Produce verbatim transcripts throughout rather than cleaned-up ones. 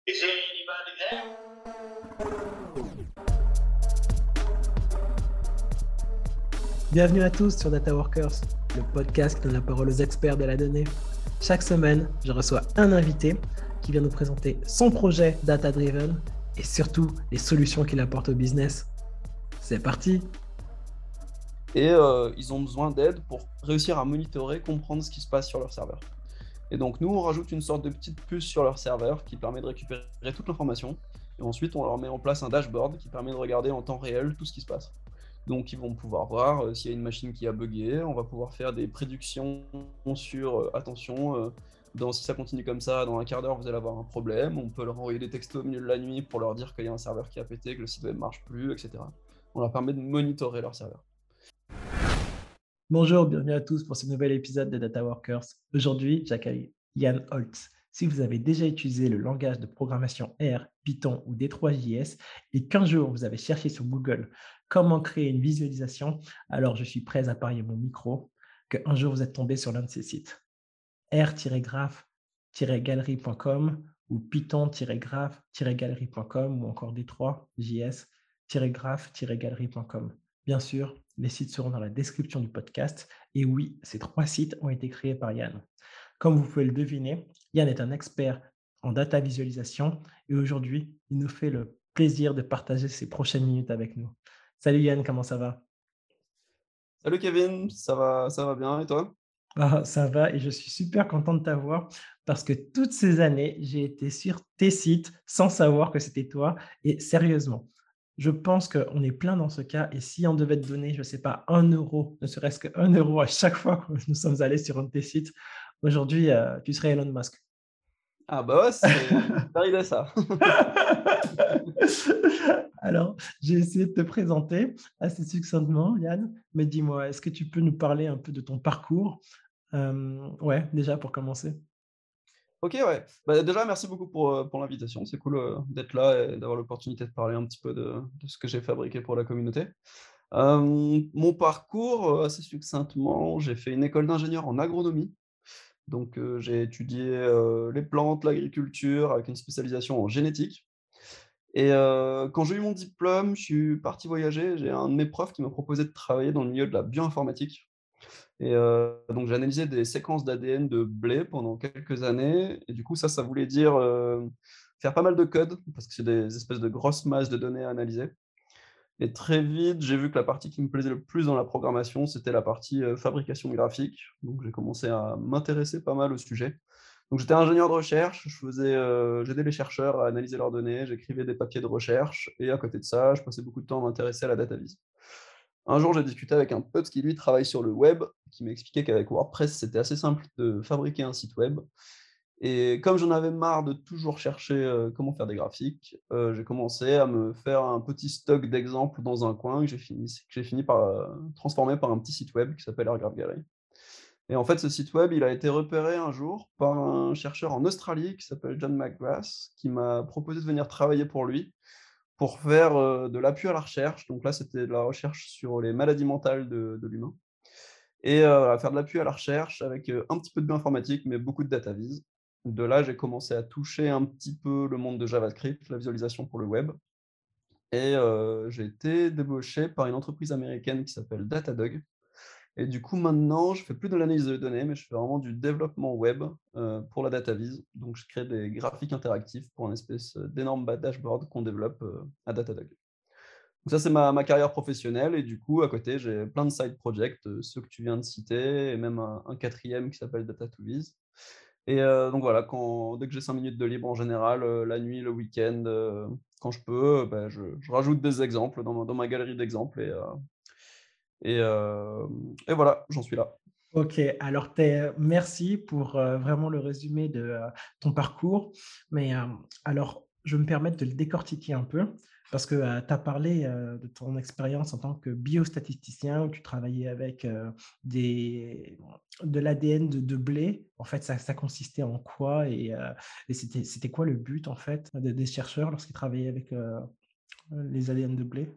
Is anybody there? Bienvenue à tous sur Data Workers, le podcast qui donne la parole aux experts de la donnée. Chaque semaine, je reçois un invité qui vient nous présenter son projet Data Driven et surtout les solutions qu'il apporte au business. C'est parti! Et euh, ils ont besoin d'aide pour réussir à monitorer, comprendre ce qui se passe sur leur serveur. Et donc nous, on rajoute une sorte de petite puce sur leur serveur qui permet de récupérer toute l'information. Et ensuite, on leur met en place un dashboard qui permet de regarder en temps réel tout ce qui se passe. Donc ils vont pouvoir voir euh, s'il y a une machine qui a bugué, on va pouvoir faire des prédictions sur euh, attention, euh, dans, si ça continue comme ça, dans un quart d'heure, vous allez avoir un problème. On peut leur envoyer des textos au milieu de la nuit pour leur dire qu'il y a un serveur qui a pété, que le site web ne marche plus, et cetera. On leur permet de monitorer leur serveur. Bonjour, bienvenue à tous pour ce nouvel épisode de Data Workers. Aujourd'hui, j'accueille Yann Holtz. Si vous avez déjà utilisé le langage de programmation R, Python ou D trois J S et qu'un jour vous avez cherché sur Google comment créer une visualisation, alors je suis prêt à parier mon micro qu'un jour vous êtes tombé sur l'un de ces sites. r tiret graph tiret galerie point com ou python tiret graph tiret galerie point com ou encore D trois J S tiret graph tiret galerie point com. Bien sûr, les sites seront dans la description du podcast. Et oui, ces trois sites ont été créés par Yann. Comme vous pouvez le deviner, Yann est un expert en data visualisation et aujourd'hui, il nous fait le plaisir de partager ses prochaines minutes avec nous. Salut Yann, comment ça va? Salut Kevin, ça va, ça va bien et toi? Ah, ça va et je suis super content de t'avoir parce que toutes ces années, j'ai été sur tes sites sans savoir que c'était toi et sérieusement, je pense qu'on est plein dans ce cas et si on devait te donner, je ne sais pas, un euro, ne serait-ce qu'un euro à chaque fois que nous sommes allés sur un de tes sites, aujourd'hui, euh, tu serais Elon Musk. Ah bah ouais, ce serait une super idée ça. Alors, j'ai essayé de te présenter assez succinctement, Yann, mais dis-moi, est-ce que tu peux nous parler un peu de ton parcours? Euh, ouais, déjà pour commencer. Ok, ouais. Bah, déjà, merci beaucoup pour, euh, pour l'invitation. C'est cool euh, d'être là et d'avoir l'opportunité de parler un petit peu de, de ce que j'ai fabriqué pour la communauté. Euh, mon parcours, euh, assez succinctement, j'ai fait une école d'ingénieur en agronomie. Donc, euh, j'ai étudié euh, les plantes, l'agriculture, avec une spécialisation en génétique. Et euh, quand j'ai eu mon diplôme, je suis parti voyager. J'ai un de mes profs qui m'a proposé de travailler dans le milieu de la bioinformatique. Et euh, donc, j'ai analysé des séquences d'A D N de blé pendant quelques années. Et du coup, ça, ça voulait dire euh, faire pas mal de code, parce que c'est des espèces de grosses masses de données à analyser. Et très vite, j'ai vu que la partie qui me plaisait le plus dans la programmation, c'était la partie euh, fabrication graphique. Donc, j'ai commencé à m'intéresser pas mal au sujet. Donc, j'étais ingénieur de recherche, je faisais, euh, j'aidais les chercheurs à analyser leurs données, j'écrivais des papiers de recherche, et à côté de ça, je passais beaucoup de temps à m'intéresser à la data vis. Un jour, j'ai discuté avec un pote qui, lui, travaille sur le web, qui m'expliquait qu'avec WordPress, c'était assez simple de fabriquer un site web. Et comme j'en avais marre de toujours chercher euh, comment faire des graphiques, euh, j'ai commencé à me faire un petit stock d'exemples dans un coin que j'ai fini, que j'ai fini par euh, transformer par un petit site web qui s'appelle Airgraph Gallery. Et en fait, ce site web, il a été repéré un jour par un chercheur en Australie qui s'appelle John McGrath, qui m'a proposé de venir travailler pour lui pour faire euh, de l'appui à la recherche. Donc là, c'était de la recherche sur les maladies mentales de, de l'humain. Et euh, faire de l'appui à la recherche avec euh, un petit peu de bioinformatique, mais beaucoup de data vis. De là, j'ai commencé à toucher un petit peu le monde de JavaScript, la visualisation pour le web. Et euh, j'ai été débauché par une entreprise américaine qui s'appelle Datadog. Et du coup, maintenant, je fais plus de l'analyse de données, mais je fais vraiment du développement web euh, pour la data vis. Donc, je crée des graphiques interactifs pour une espèce d'énorme dashboard qu'on développe euh, à Datadog. Donc ça, c'est ma, ma carrière professionnelle. Et du coup, à côté, j'ai plein de side projects, euh, ceux que tu viens de citer, et même un, un quatrième qui s'appelle Data to Viz. Et euh, donc voilà, quand, dès que j'ai cinq minutes de libre en général, euh, la nuit, le week-end, euh, quand je peux, euh, ben, je, je rajoute des exemples dans ma, dans ma galerie d'exemples. Et, euh, et, euh, et voilà, j'en suis là. Ok, alors t'es- merci pour euh, vraiment le résumé de euh, ton parcours. Mais euh, alors, je vais me permettre de le décortiquer un peu parce que tu as parlé euh, de ton expérience en tant que biostatisticien où tu travaillais avec euh, des, de l'A D N de, de blé. En fait, ça, ça consistait en quoi et, euh, et c'était, c'était quoi le but en fait de- des chercheurs lorsqu'ils travaillaient avec euh, les A D N de blé?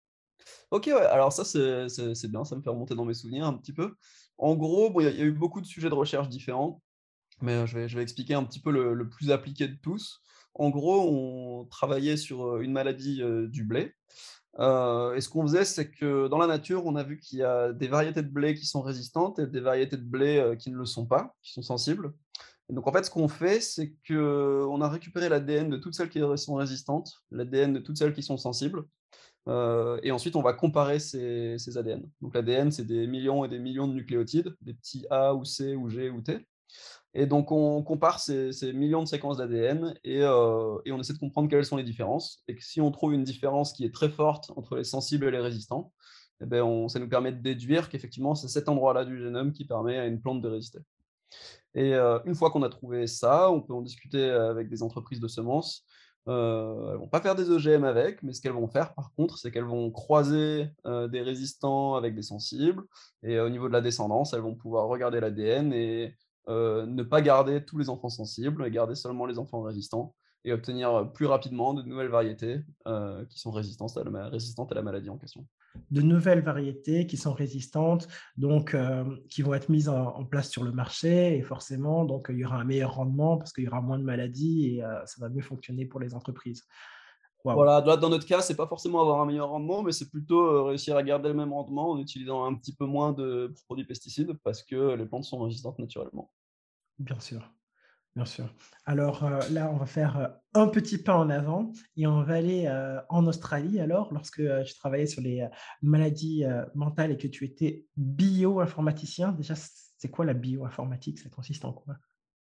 Ok, ouais, alors ça, c'est c'est- c'est bien, ça me fait remonter dans mes souvenirs un petit peu. En gros, bon, il y, a il y a eu beaucoup de sujets de recherche différents, mais euh, je vais, je vais expliquer un petit peu le, le plus appliqué de tous. en gros, on travaillait sur, heu, une maladie, heu, du blé, heu et ce qu'on faisait, c'est que dans la nature, on a vu qu'il y a des variétés de blé qui sont résistantes et des variétés de blé, heu, qui ne le sont pas, qui sont sensibles. Et donc en fait, ce qu'on fait, c'est qu'on a récupéré l'A D N de toutes celles qui sont résistantes, l'A D N de toutes celles qui sont sensibles, heu et ensuite on va comparer ces ces A D N. Donc l'A D N, c'est des millions et des millions de nucléotides, des petits A ou C ou G ou T et donc on compare ces ces millions de séquences d'A D N et heu et on essaie de comprendre quelles sont les différences et que si on trouve une différence qui est très forte entre les sensibles et les résistants, et beh, on ça nous permet de déduire qu'effectivement, c'est cet endroit-là du génome qui permet à une plante de résister. Et heu, une fois qu'on a trouvé ça, on peut en discuter avec des entreprises de semences. Heu, elles vont pas faire des O G M avec, mais ce qu'elles vont faire par contre, c'est qu'elles vont croiser, heu, des résistants avec des sensibles et euh, au niveau de la descendance, elles vont pouvoir regarder l'A D N et heu, ne pas garder tous les enfants sensibles et garder seulement les enfants résistants et obtenir, plus rapidement de nouvelles variétés, heu, qui sont résistantes à la ma résistantes à la maladie en question. De nouvelles variétés qui sont résistantes, donc hem, qui vont être mises en en place sur le marché et forcément, donc il y aura un meilleur rendement parce qu'il y aura moins de maladies et heu, ça va mieux fonctionner pour les entreprises. Waouh! Voilà, là, dans notre cas, c'est pas forcément avoir un meilleur rendement, mais c'est plutôt, heu, réussir à garder le même rendement en utilisant un petit peu moins de produits pesticides parce que les plantes sont résistantes naturellement. Bien sûr, bien sûr. Alors, heu, là, on va faire, heu, un petit pas en avant et on va aller, heu, en Australie alors lorsque, heu, tu travaillais sur les, heu, maladies, heu, mentales et que tu étais bioinformaticien. Déjà, c'est quoi la bioinformatique? Ça consiste en quoi?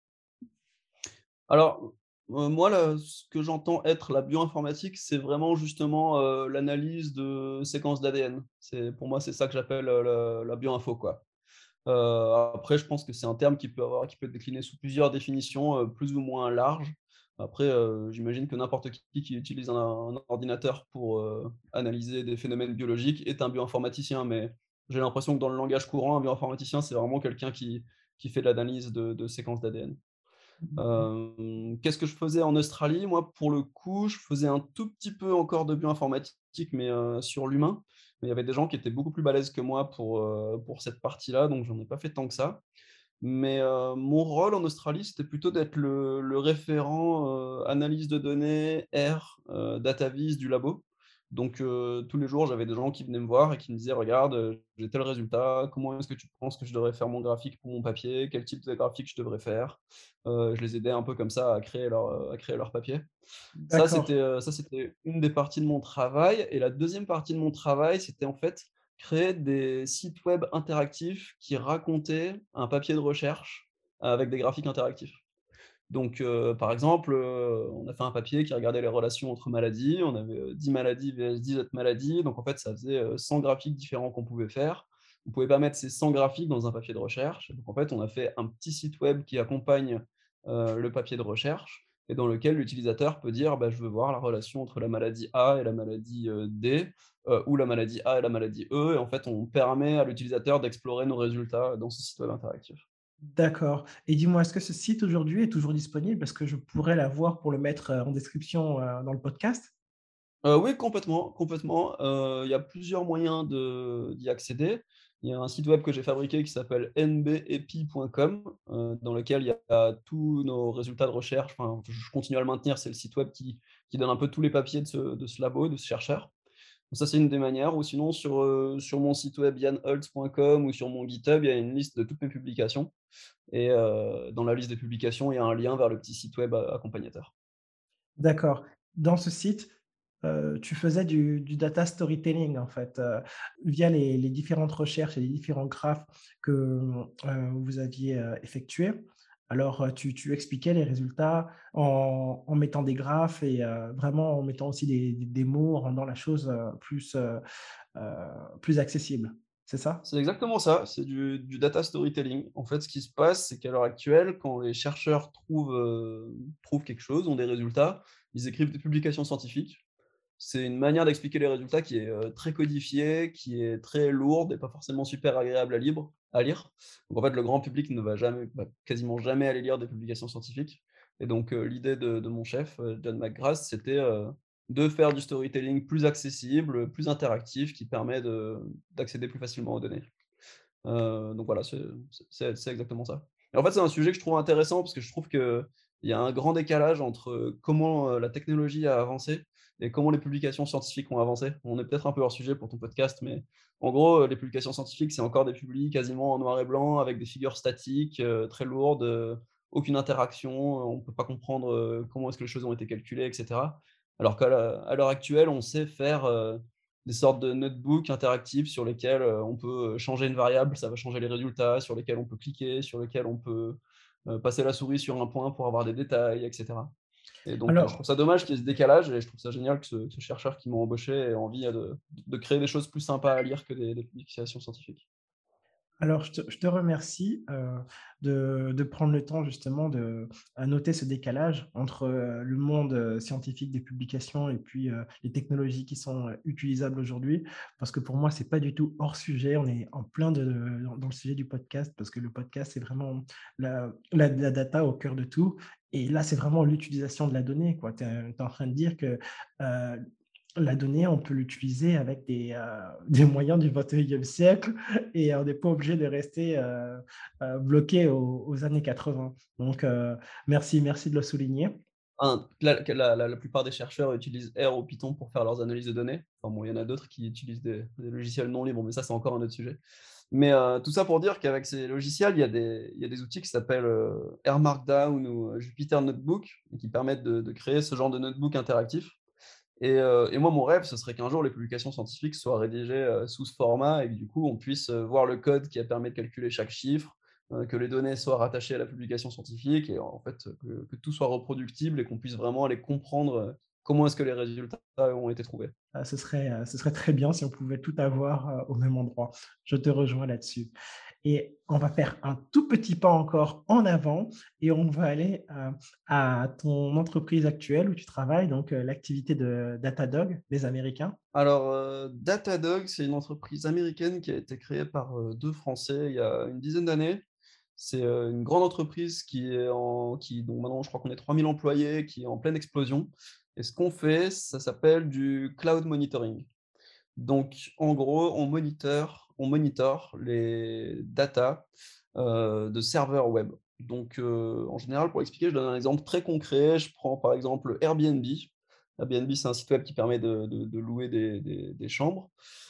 Alors, heu, moi, là, ce que j'entends être la bioinformatique, c'est vraiment justement, heu, l'analyse de séquences d'A D N. C'est pour moi, c'est ça que j'appelle, heu, le la bioinfo, quoi. Heu, après, je pense que c'est un terme qui peut avoir qui peut être décliné sous plusieurs définitions, heu, plus ou moins larges. Après, heu, j'imagine que n'importe qui qui utilise un un ordinateur pour, heu, analyser des phénomènes biologiques est un bioinformaticien, mais j'ai l'impression que dans le langage courant, un bioinformaticien, c'est vraiment quelqu'un qui qui fait de l'analyse de de séquences d'A D N. Hem, qu'est-ce que je faisais en Australie? Moi, pour le coup, je faisais un tout petit peu encore de bioinformatique, mais heu, sur l'humain. Mais il y avait des gens qui étaient beaucoup plus balèzes que moi pour, heu, pour cette partie-là, donc j'en ai pas fait tant que ça. Mais heu, mon rôle en Australie, c'était plutôt d'être le le référent, heu, analyse de données, R, heu, data vis du labo. Donc heu, tous les jours, j'avais des gens qui venaient me voir et qui me disaient: «Regarde, heu, j'ai tel résultat, comment est-ce que tu penses que je devrais faire mon graphique pour mon papier? Quel type de graphique je devrais faire?» Heu, je les aidais un peu comme ça à créer leur, heu, à créer leur papier. Ça, c'était, D'accord. heu, ça, c'était une des parties de mon travail et la deuxième partie de mon travail, c'était en fait créer des sites web interactifs qui racontaient un papier de recherche avec des graphiques interactifs. Donc, heu, par exemple, heu, on a fait un papier qui regardait les relations entre maladies. On avait, heu, dix maladies vs dix autres maladies. Donc en fait, ça faisait, heu, cent graphiques différents qu'on pouvait faire. On pouvait pas mettre ces cent graphiques dans un papier de recherche. Donc en fait, on a fait un petit site web qui accompagne, heu, le papier de recherche et dans lequel l'utilisateur peut dire: «Bah, je veux voir la relation entre la maladie A et la maladie, heu, D, heu, ou la maladie A et la maladie E» et en fait, on permet à l'utilisateur d'explorer nos résultats dans ce site web interactif. D'accord et dis-moi, est-ce que ce site aujourd'hui est toujours disponible? Est-ce que je pourrais l'avoir pour le mettre, heu, en description, heu, dans le podcast? Heu, oui, complètement, complètement. Heu, il y a plusieurs moyens de d'y accéder. Il y a un site web que j'ai fabriqué qui s'appelle n b e p point com, heu, dans lequel il y a tous nos résultats de recherche. Enfin, je continue à le maintenir, c'est le site web qui qui donne un peu tous les papiers de ce de ce labo, de ce chercheur. Donc ça, c'est une des manières ou sinon sur, heu, sur mon site web yann holtz point com ou sur mon GitHub, il y a une liste de toutes mes publications et heu, dans la liste des publications, il y a un lien vers le petit site web, heu, accompagnateur. D'accord. Dans ce site, heu, tu faisais du du data storytelling, en fait, heu, via les les différentes recherches et les différents graphes que, heu, vous aviez, heu, effectués. Alors, heu, tu tu expliquais les résultats en en mettant des graphes et heu, vraiment en mettant aussi des des des mots, en rendant la chose, heu, plus, heu heu, plus accessible. C'est ça? C'est exactement ça, c'est du du data storytelling. En fait, ce qui se passe, c'est qu'à l'heure actuelle, quand les chercheurs trouvent, heu, trouvent quelque chose, ont des résultats, ils écrivent des publications scientifiques. C'est une manière d'expliquer les résultats qui est, heu, très codifiée, qui est très lourde et pas forcément super agréable à libre à lire. Donc en fait, le grand public ne va jamais va quasiment jamais aller lire des publications scientifiques et donc heu, l'idée de de mon chef, heu, John McGrath, c'était, heu, de faire du storytelling plus accessible, plus interactif, qui permet de d'accéder plus facilement aux données. Heu, donc voilà, c'est c'est c'est exactement ça. Et en fait, c'est un sujet que je trouve intéressant parce que je trouve que il y a un grand décalage entre comment, heu, la technologie a avancé et comment les publications scientifiques ont avancé. On est peut-être un peu hors sujet pour ton podcast, mais en gros, heu, les publications scientifiques, c'est encore des publis quasiment en noir et blanc avec des figures statiques, heu, très lourdes, heu, aucune interaction, on ne peut pas comprendre, heu, comment est-ce que les choses ont été calculées et cetera. Alors qu'à l'he à l'heure actuelle, on sait faire, heu, des sortes de notebooks interactifs sur lesquels, heu, on peut, changer une variable, ça va changer les résultats, sur lesquels on peut cliquer, sur lesquels on peut, heu, passer la souris sur un point pour avoir des détails et cetera. Et donc, heu, je trouve Alors, ça dommage qu'il y ait ce décalage et je trouve ça génial que ce ce chercheur qui m'a embauché ait envie, heu, de de créer des choses plus sympas à lire que des des publications scientifiques. Alors, je te je te remercie, heu, de de prendre le temps justement de à noter ce décalage entre, heu, le monde, heu, scientifique des publications et puis, heu, les technologies qui sont, heu, utilisables aujourd'hui. Parce que pour moi, c'est pas du tout hors sujet. On est en plein de dans dans le sujet du podcast parce que le podcast, c'est vraiment la la la data au cœur de tout et là, c'est vraiment l'utilisation de la donnée, quoi. Tu es en train de dire que, heu, la donnée, on peut l'utiliser avec des, heu, des moyens du vingt et unième siècle et on n'est pas obligé de rester, heu heu, bloqué aux aux années quatre-vingts. Donc, heu, merci merci de le souligner. Hein, la que la la la plupart des chercheurs utilisent R ou Python pour faire leurs analyses de données. Enfin bon, il y en a d'autres qui utilisent des des logiciels non libres, mais ça, c'est encore un autre sujet. Mais, heu, tout ça pour dire qu'avec ces logiciels, il y a des il y a des outils qui s'appellent, heu, R Markdown ou, heu, Jupyter Notebook et qui permettent de de créer ce genre de notebook interactif. Et heu et moi, mon rêve, ce serait qu'un jour, les publications scientifiques soient rédigées, heu, sous ce format et que du coup, on puisse, heu, voir le code qui a permis de calculer chaque chiffre, heu, que les données soient rattachées à la publication scientifique et en fait, que que tout soit reproductible et qu'on puisse vraiment aller comprendre, heu, comment est-ce que les résultats ont été trouvés. Heu, ce serait, heu, ce serait très bien si on pouvait tout avoir, heu, au même endroit. Je te rejoins là-dessus et on va faire un tout petit pas encore en avant et on va aller, heu, à ton entreprise actuelle où tu travailles, donc heu, l'activité de Datadog, des Américains. Alors, heu, Datadog, c'est une entreprise américaine qui a été créée par, heu, deux Français il y a une dizaine d'années. C'est, heu, une grande entreprise qui est en qui donc maintenant je crois qu'on est trois mille employés, qui est en pleine explosion et ce qu'on fait, ça s'appelle du cloud monitoring. Donc en gros, on moniteur on monitore les datas, heu, de serveurs web. Donc, heu, en général, pour expliquer, je donne un exemple très concret. Je prends par exemple Airbnb. Airbnb, c'est un site web qui permet de de de louer des des des chambres.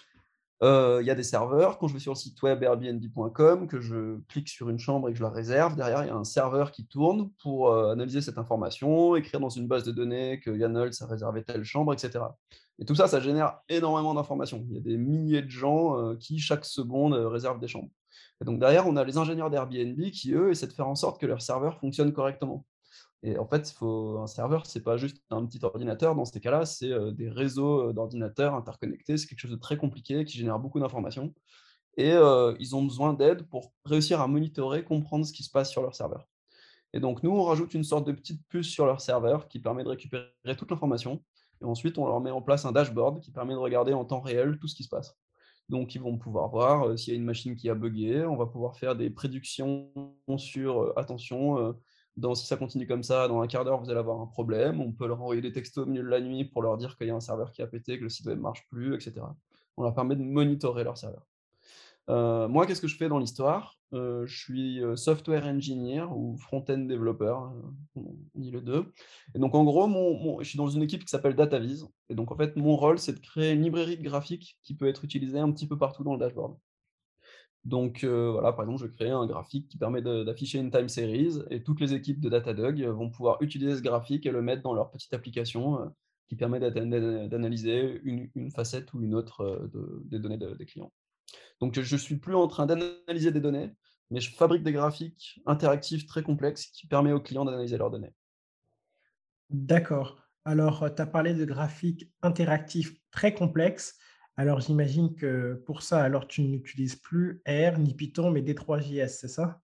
Heu, il y a des serveurs. Quand je vais sur le site web airbnb point com, que je clique sur une chambre et que je la réserve, derrière, il y a un serveur qui tourne pour, heu, analyser cette information, écrire dans une base de données que Yann Holtz a réservé telle chambre et cetera. Et tout ça, ça génère énormément d'informations. Il y a des milliers de gens, heu, qui chaque seconde, heu, réservent des chambres. Et donc derrière, on a les ingénieurs d'Airbnb qui, eux, essaient de faire en sorte que leur serveur fonctionne correctement. Et en fait, il faut un serveur, c'est pas juste un petit ordinateur dans ces cas-là, c'est, heu, des réseaux, heu, d'ordinateurs interconnectés. C'est quelque chose de très compliqué qui génère beaucoup d'informations et heu, ils ont besoin d'aide pour réussir à monitorer, comprendre ce qui se passe sur leur serveur. Et donc nous, on rajoute une sorte de petite puce sur leur serveur qui permet de récupérer toute l'information et ensuite on leur met en place un dashboard qui permet de regarder en temps réel tout ce qui se passe. Donc ils vont pouvoir voir, heu, s'il y a une machine qui a buggé, on va pouvoir faire des prédictions sur, heu, attention, heu, dans si ça continue comme ça, dans un quart d'heure, vous allez avoir un problème. On peut leur envoyer des textos au milieu de la nuit pour leur dire qu'il y a un serveur qui a pété, que le site web ne marche plus et cetera. On leur permet de monitorer leur serveur. Heu, moi, qu'est-ce que je fais dans l'histoire? Heu, je suis, heu, software engineer ou front-end développeur, heu, on on dit les deux. Et donc en gros, mon mon je suis dans une équipe qui s'appelle DataVis et donc en fait, mon rôle, c'est de créer une librairie de graphiques qui peut être utilisée un petit peu partout dans le dashboard. Donc heu, voilà, par exemple, je crée un graphique qui permet de d'afficher une time series et toutes les équipes de Datadog, heu, vont pouvoir utiliser ce graphique et le mettre dans leur petite application, heu, qui permet d'ata d'ana d'analyser une une facette ou une autre, heu, de des données de des clients. Donc, je suis plus en train d'analyser des données, mais je fabrique des graphiques interactifs très complexes qui permet aux clients d'analyser leurs données. D'accord. Alors, heu, tu as parlé de graphiques interactifs très complexes. Alors j'imagine que pour ça, alors tu n'utilises plus R ni Python, mais D trois J S, c'est ça?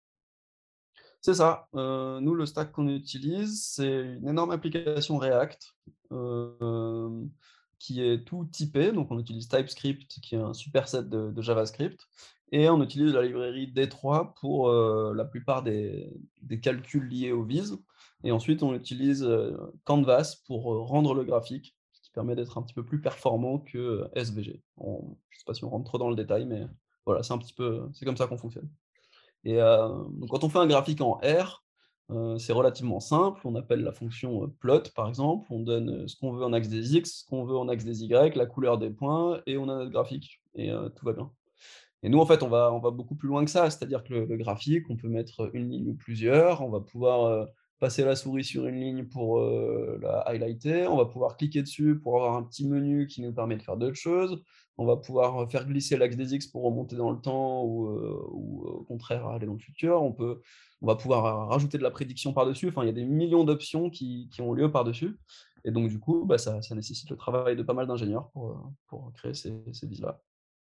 C'est ça, heu, nous, le stack qu'on utilise, c'est une énorme application React, hem, qui est tout typé. Donc on utilise TypeScript, qui est un superset de de JavaScript et on utilise la librairie D trois pour, heu, la plupart des des calculs liés aux vises et ensuite on utilise, heu, Canvas pour, heu, rendre le graphique, ce qui permet d'être un petit peu plus performant que, heu, S V G. On Je sais pas si on rentre trop dans le détail, mais voilà, c'est un petit peu c'est comme ça qu'on fonctionne. Et heu, donc quand on fait un graphique en R, Heu, c'est relativement simple, on appelle la fonction, heu, plot par exemple, on donne, heu, ce qu'on veut en axe des X, ce qu'on veut en axe des Y, la couleur des points et on a notre graphique et heu, tout va bien. Et nous, en fait, on va on va beaucoup plus loin que ça, c'est-à-dire que le le graphique, on peut mettre une ligne ou plusieurs, on va pouvoir, heu, passer la souris sur une ligne pour, heu, la highlighter, on va pouvoir cliquer dessus pour avoir un petit menu qui nous permet de faire d'autres choses. On va pouvoir, heu, faire glisser l'axe des X pour remonter dans le temps ou, heu, ou, heu, au contraire aller dans le futur. On peut on va pouvoir ra rajouter de la prédiction par-dessus, enfin, il y a des millions d'options qui qui ont lieu par-dessus et donc du coup, bah, ça ça nécessite le travail de pas mal d'ingénieurs pour, heu, pour créer ces ces vises-là.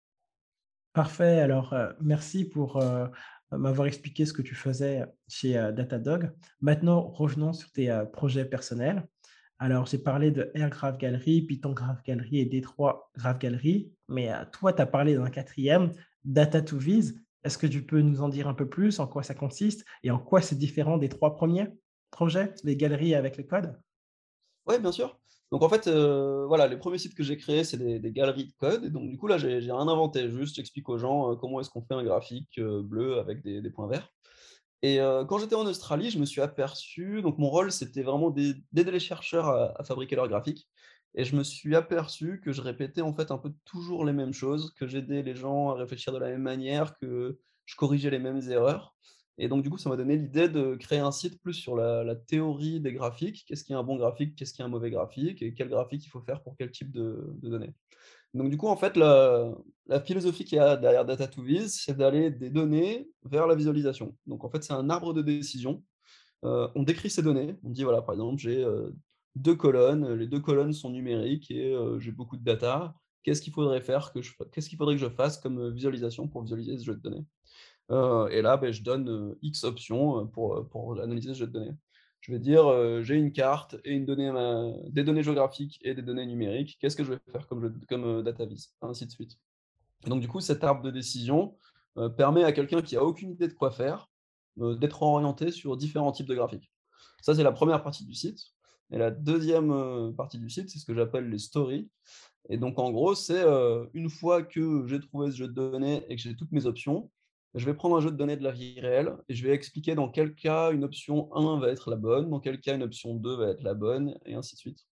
Parfait, alors, heu, merci pour, heu, m'avoir expliqué ce que tu faisais chez, heu, Datadog. Maintenant, revenons sur tes, heu, projets personnels. Alors, j'ai parlé de R Graph Gallery, Python Graph Gallery et D trois Graph Gallery, mais, heu, toi, tu as parlé d'un quatrième, Data to Viz. Est-ce que tu peux nous en dire un peu plus, en quoi ça consiste et en quoi c'est différent des trois premiers projets, les galeries avec le code? Ouais, bien sûr. Donc en fait, heu, voilà, les premiers sites que j'ai créés, c'est des des galeries de code et donc du coup, là, j'ai j'ai rien inventé, juste j'explique aux gens, heu, comment est-ce qu'on fait un graphique, heu, bleu avec des des points verts et heu, quand j'étais en Australie, je me suis aperçu donc mon rôle, c'était vraiment d'ai d'aider les chercheurs à à fabriquer leurs graphiques et je me suis aperçu que je répétais, en fait, un peu toujours les mêmes choses, que j'aidais les gens à réfléchir de la même manière, que je corrigeais les mêmes erreurs et donc du coup, ça m'a donné l'idée de créer un site plus sur la la théorie des graphiques. Qu'est-ce qui est un bon graphique? Qu'est-ce qui est un mauvais graphique? Et quel graphique il faut faire pour quel type de de données? Donc du coup, en fait, la la philosophie qu'il y a derrière Data to Viz, c'est d'aller des données vers la visualisation. Donc en fait, c'est un arbre de décision. Heu, on décrit ces données, on dit voilà, par exemple, j'ai, heu, deux colonnes, les deux colonnes sont numériques et heu, j'ai beaucoup de data. Qu'est-ce qu'il faudrait faire que je fa qu'est-ce qu'il faudrait que je fasse comme, heu, visualisation pour visualiser ce jeu de données? Heu et là, beh, je donne, heu, X options, heu, pour, heu, pour analyser ce jeu de données. Je vais dire, heu: «J'ai une carte et une donnée, ma des données géographiques et des données numériques. Qu'est-ce que je vais faire comme jeu comme, heu, data viz?» ainsi de suite. Et donc du coup, cet arbre de décision, heu, permet à quelqu'un qui a aucune idée de quoi faire, heu, d'être orienté sur différents types de graphiques. Ça, c'est la première partie du site et la deuxième e partie du site, c'est ce que j'appelle les stories et donc en gros, c'est, heu, une fois que j'ai trouvé ce jeu de données et que j'ai toutes mes options, je vais prendre un jeu de données de la vie réelle et je vais expliquer dans quel cas une option un va être la bonne, dans quel cas une option deux va être la bonne et ainsi de suite.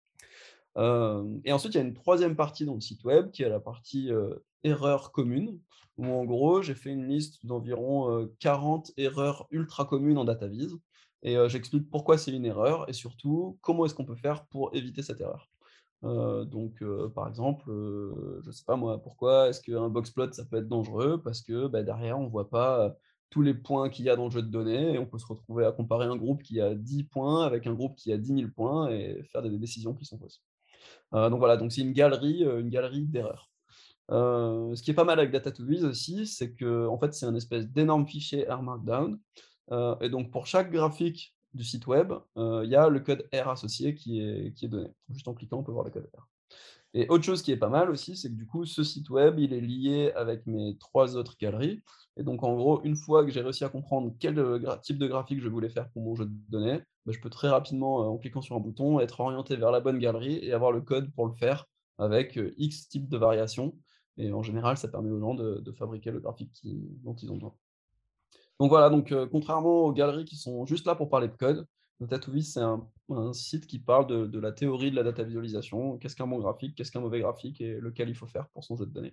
Hem et ensuite, il y a une troisième partie dans le site web qui est la partie, heu, erreurs communes, où en gros, j'ai fait une liste d'environ, heu, quarante erreurs ultra communes en data viz et heu, j'explique pourquoi c'est une erreur et surtout comment est-ce qu'on peut faire pour éviter cette erreur. Heu, donc heu, par exemple, heu, je sais pas moi, pourquoi est-ce qu'un boxplot ça peut être dangereux? Parce que, bah, derrière on voit pas, heu, tous les points qu'il y a dans le jeu de données et on peut se retrouver à comparer un groupe qui a dix points avec un groupe qui a dix mille points et faire des décisions qui sont fausses. Heu, donc voilà, donc c'est une galerie, heu, une galerie d'erreurs. Heu, ce qui est pas mal avec Data to Viz aussi, c'est qu'en fait, c'est un espèce d'énorme fichier R Markdown, heu et donc pour chaque graphique du site web, heu, il y a le code R associé qui est qui est donné. Juste en cliquant, on peut voir le code R. Et autre chose qui est pas mal aussi, c'est que du coup, ce site web, il est lié avec mes trois autres galeries et donc en gros, une fois que j'ai réussi à comprendre quel, heu, gra type de graphique je voulais faire pour mon jeu de données, bah, je peux très rapidement, heu, en cliquant sur un bouton, être orienté vers la bonne galerie et avoir le code pour le faire avec, heu, X types de variations et en général, ça permet aux gens de de fabriquer le graphique qui dont ils ont besoin. Donc voilà, donc heu, contrairement aux galeries qui sont juste là pour parler de code, Data2Viz, c'est un un site qui parle de de la théorie de la data visualisation. Qu'est-ce qu'un bon graphique? Qu'est-ce qu'un mauvais graphique? Et lequel il faut faire pour son jeu de données.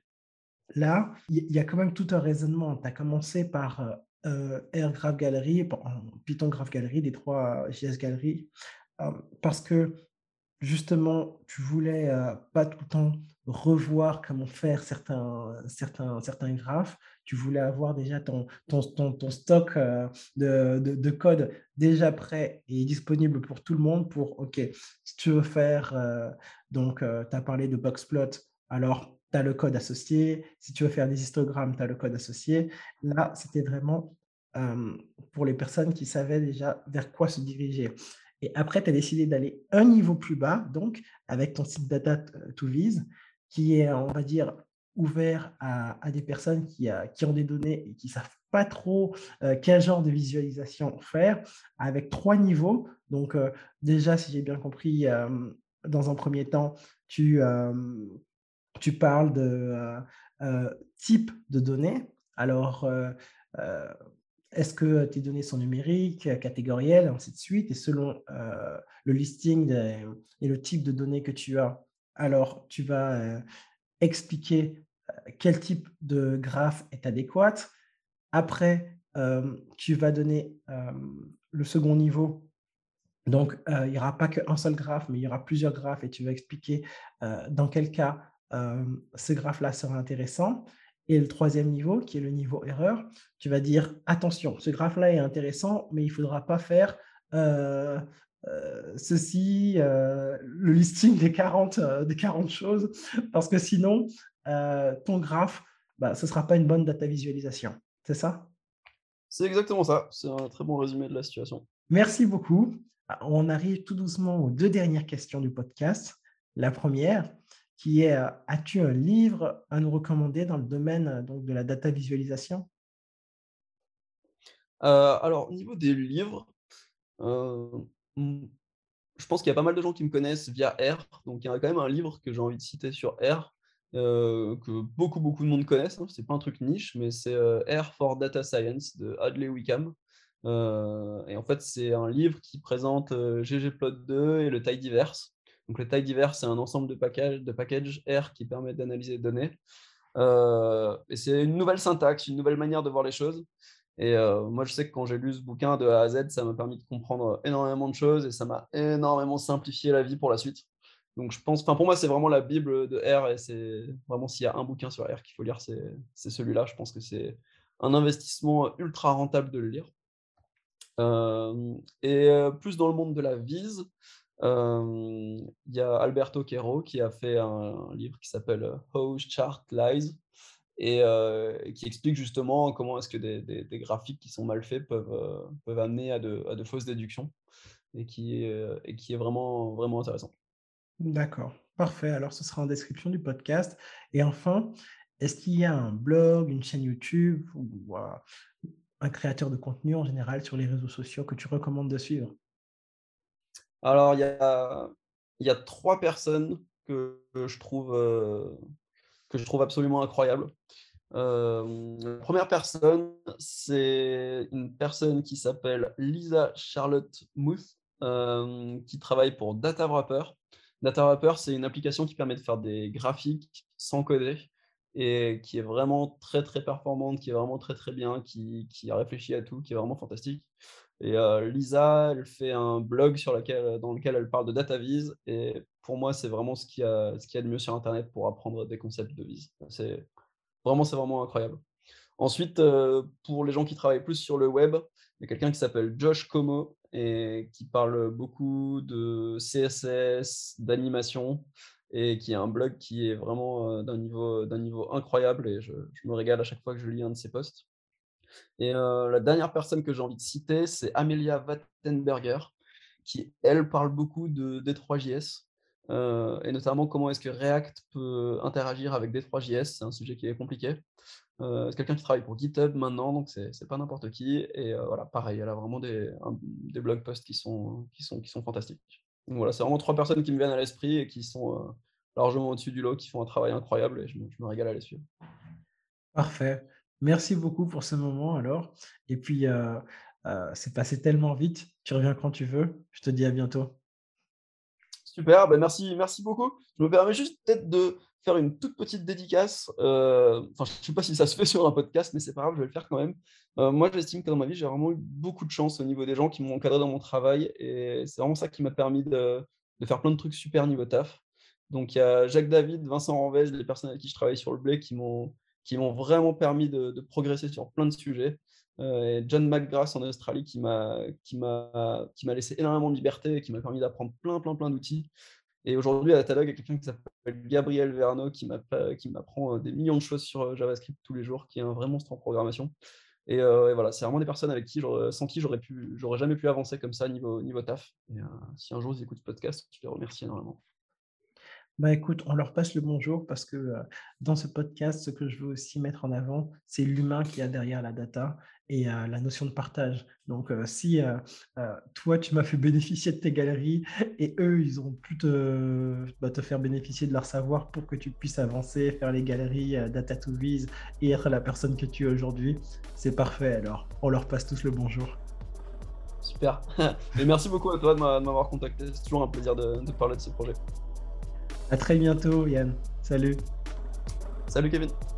Là, il y il y a quand même tout un raisonnement. Tu as commencé par, heu heu, R Graph Gallery, bon, en Python Graph Gallery, D trois J S Gallery, hem, parce que justement, tu voulais, heu, pas tout le temps revoir comment faire certains certains certains graphes. Tu voulais avoir déjà ton ton ton ton stock, heu, de de de code déjà prêt et disponible pour tout le monde pour OK, si tu veux faire, heu, donc heu, tu as parlé de boxplot, alors tu as le code associé. Si tu veux faire des histogrammes, tu as le code associé. Là, c'était vraiment, hem, pour les personnes qui savaient déjà vers quoi se diriger. Et après, tu as décidé d'aller un niveau plus bas, donc avec ton site Data to Viz, qui est, on va dire, ouvert à, à des personnes qui, euh, qui ont des données et qui ne savent pas trop euh, quel genre de visualisation faire, avec trois niveaux. Donc, euh, déjà, si j'ai bien compris, euh, dans un premier temps, tu, euh, tu parles de euh, euh, type de données. Alors, euh, euh, est-ce que tes données sont numériques, euh, catégorielles, ainsi de suite. Et selon euh, le listing des- et le type de données que tu as, alors tu vas euh, expliquer euh, quel type de graphe est adéquat. Après, euh, tu vas donner euh, le second niveau. Donc, heu, il y aura pas qu'un seul graphe, mais il y aura plusieurs graphes et tu vas expliquer, heu, dans quel cas, hem, ce graphe-là sera intéressant. Et le troisième niveau, qui est le niveau erreur, tu vas dire: «Attention, ce graphe-là est intéressant, mais il ne faudra pas faire, heu heu, ceci, heu, le listing des quarante heu, des quarante choses parce que sinon, heu, ton graphe, bah, ce ne sera pas une bonne data visualisation». C'est ça? C'est exactement ça, c'est un très bon résumé de la situation. Merci beaucoup. Ah, on arrive tout doucement aux deux dernières questions du podcast. La première, qui est, heu, as-tu un livre à nous recommander dans le domaine, heu, donc de la data visualisation? Heu, alors au niveau des livres, heu, mmh, je pense qu'il y a pas mal de gens qui me connaissent via R, donc il y a quand même un livre que j'ai envie de citer sur R, heu, que beaucoup, beaucoup de monde connaissent, hein. C'est pas un truc niche, mais c'est, heu, R for Data Science de Hadley Wickham, heu et en fait, c'est un livre qui présente, heu, ggplot2 et le tidyverse. Donc le tidyverse, c'est un ensemble de packages de packages R qui permettent d'analyser les données, heu et c'est une nouvelle syntaxe, une nouvelle manière de voir les choses. Et heu, moi, je sais que quand j'ai lu ce bouquin de A à Z, ça m'a permis de comprendre énormément de choses et ça m'a énormément simplifié la vie pour la suite. Donc je pense, enfin, pour moi, c'est vraiment la bible de R et c'est vraiment, s'il y a un bouquin sur R qu'il faut lire, c'est c'est celui-là. Je pense que c'est un investissement ultra rentable de le lire. Hem et heu, plus dans le monde de la vise, hem, il y a Alberto Quero qui a fait un un livre qui s'appelle, heu, How Chart Lies et heu, et qui explique justement comment est-ce que des des des graphiques qui sont mal faits peuvent, heu, peuvent amener à de à de fausses déductions et qui est, heu, et qui est vraiment, vraiment intéressant. D'accord, parfait. Alors ce sera en description du podcast. Et enfin, est-ce qu'il y a un blog, une chaîne YouTube ou, heu, un créateur de contenu en général sur les réseaux sociaux que tu recommandes de suivre? Alors il y a il y a trois personnes que que je trouve, heu, que je trouve absolument incroyables. Hem, la première personne, c'est une personne qui s'appelle Lisa Charlotte Muth, hem, qui travaille pour DataWrapper. DataWrapper, c'est une application qui permet de faire des graphiques sans coder et qui est vraiment très, très performante, qui est vraiment très, très bien, qui qui a réfléchi à tout, qui est vraiment fantastique. Et heu, Lisa, elle fait un blog sur lequel dans lequel elle parle de DataVis et pour moi, c'est vraiment ce qu'il y a ce qu'il y a de mieux sur internet pour apprendre des concepts de vis. C'est vraiment, c'est vraiment incroyable. Ensuite, heu, pour les gens qui travaillent plus sur le web, il y a quelqu'un qui s'appelle Josh Como et qui parle beaucoup de C S S, d'animation et qui a un blog qui est vraiment, heu, d'un niveau, d'un niveau incroyable et je je me régale à chaque fois que je lis un de ses posts. Et heu, la dernière personne que j'ai envie de citer, c'est Amelia Wattenberger, qui, elle, parle beaucoup de D trois J S, heu et notamment comment est-ce que React peut interagir avec D trois J S. C'est un sujet qui est compliqué. Heu, c'est quelqu'un qui travaille pour GitHub maintenant, donc c'est c'est pas n'importe qui et heu, voilà, pareil, elle a vraiment des un des blog posts qui sont qui sont qui sont fantastiques. Donc voilà, c'est vraiment trois personnes qui me viennent à l'esprit et qui sont, heu, largement au-dessus du lot, qui font un travail incroyable et je me je me régale à les suivre. Parfait. Merci beaucoup pour ce moment alors. Et puis, heu heu, c'est passé tellement vite. Tu reviens quand tu veux. Je te dis à bientôt. Super, bah, merci merci beaucoup. Je me permets juste peut-être de faire une toute petite dédicace, heu, enfin, je sais pas si ça se fait sur un podcast, mais c'est pas grave, je vais le faire quand même. Heu, moi, j'estime que dans ma vie, j'ai vraiment eu beaucoup de chance au niveau des gens qui m'ont encadré dans mon travail et c'est vraiment ça qui m'a permis de de faire plein de trucs super niveau taf. Donc il y a Jacques David, Vincent Renvez, les personnes avec qui je travaille sur le blé qui m'ont qui m'ont vraiment permis de de progresser sur plein de sujets. Heu et John McGrath en Australie qui m'a qui m'a qui m'a laissé énormément de liberté et qui m'a permis d'apprendre plein, plein, plein d'outils. Et aujourd'hui à Datadog, il y a quelqu'un qui s'appelle Gabriel Verno qui m'app qui m'apprend, heu, des millions de choses sur, heu, JavaScript tous les jours, qui est un vrai monstre en programmation. Et heu et voilà, c'est vraiment des personnes avec qui j'aurais sans qui j'aurais pu j'aurais jamais pu avancer comme ça niveau niveau taf et heu, si un jour ils écoutent ce podcast, je les remercie énormément. Bah, écoute, on leur passe le bonjour parce que, heu, dans ce podcast, ce que je veux aussi mettre en avant, c'est l'humain qu'il y a derrière la data et heu, la notion de partage. Donc, heu, si, heu heu, toi, tu m'as fait bénéficier de tes galeries et eux, ils ont pu te bah, te faire bénéficier de leur savoir pour que tu puisses avancer, faire les galeries, heu, Data to Viz et être la personne que tu es aujourd'hui, c'est parfait alors. On leur passe tous le bonjour. Super. Et merci beaucoup à toi de m'a de m'avoir contacté. C'est toujours un plaisir de de parler de ce projet. À très bientôt Yann. Salut. Salut Kevin.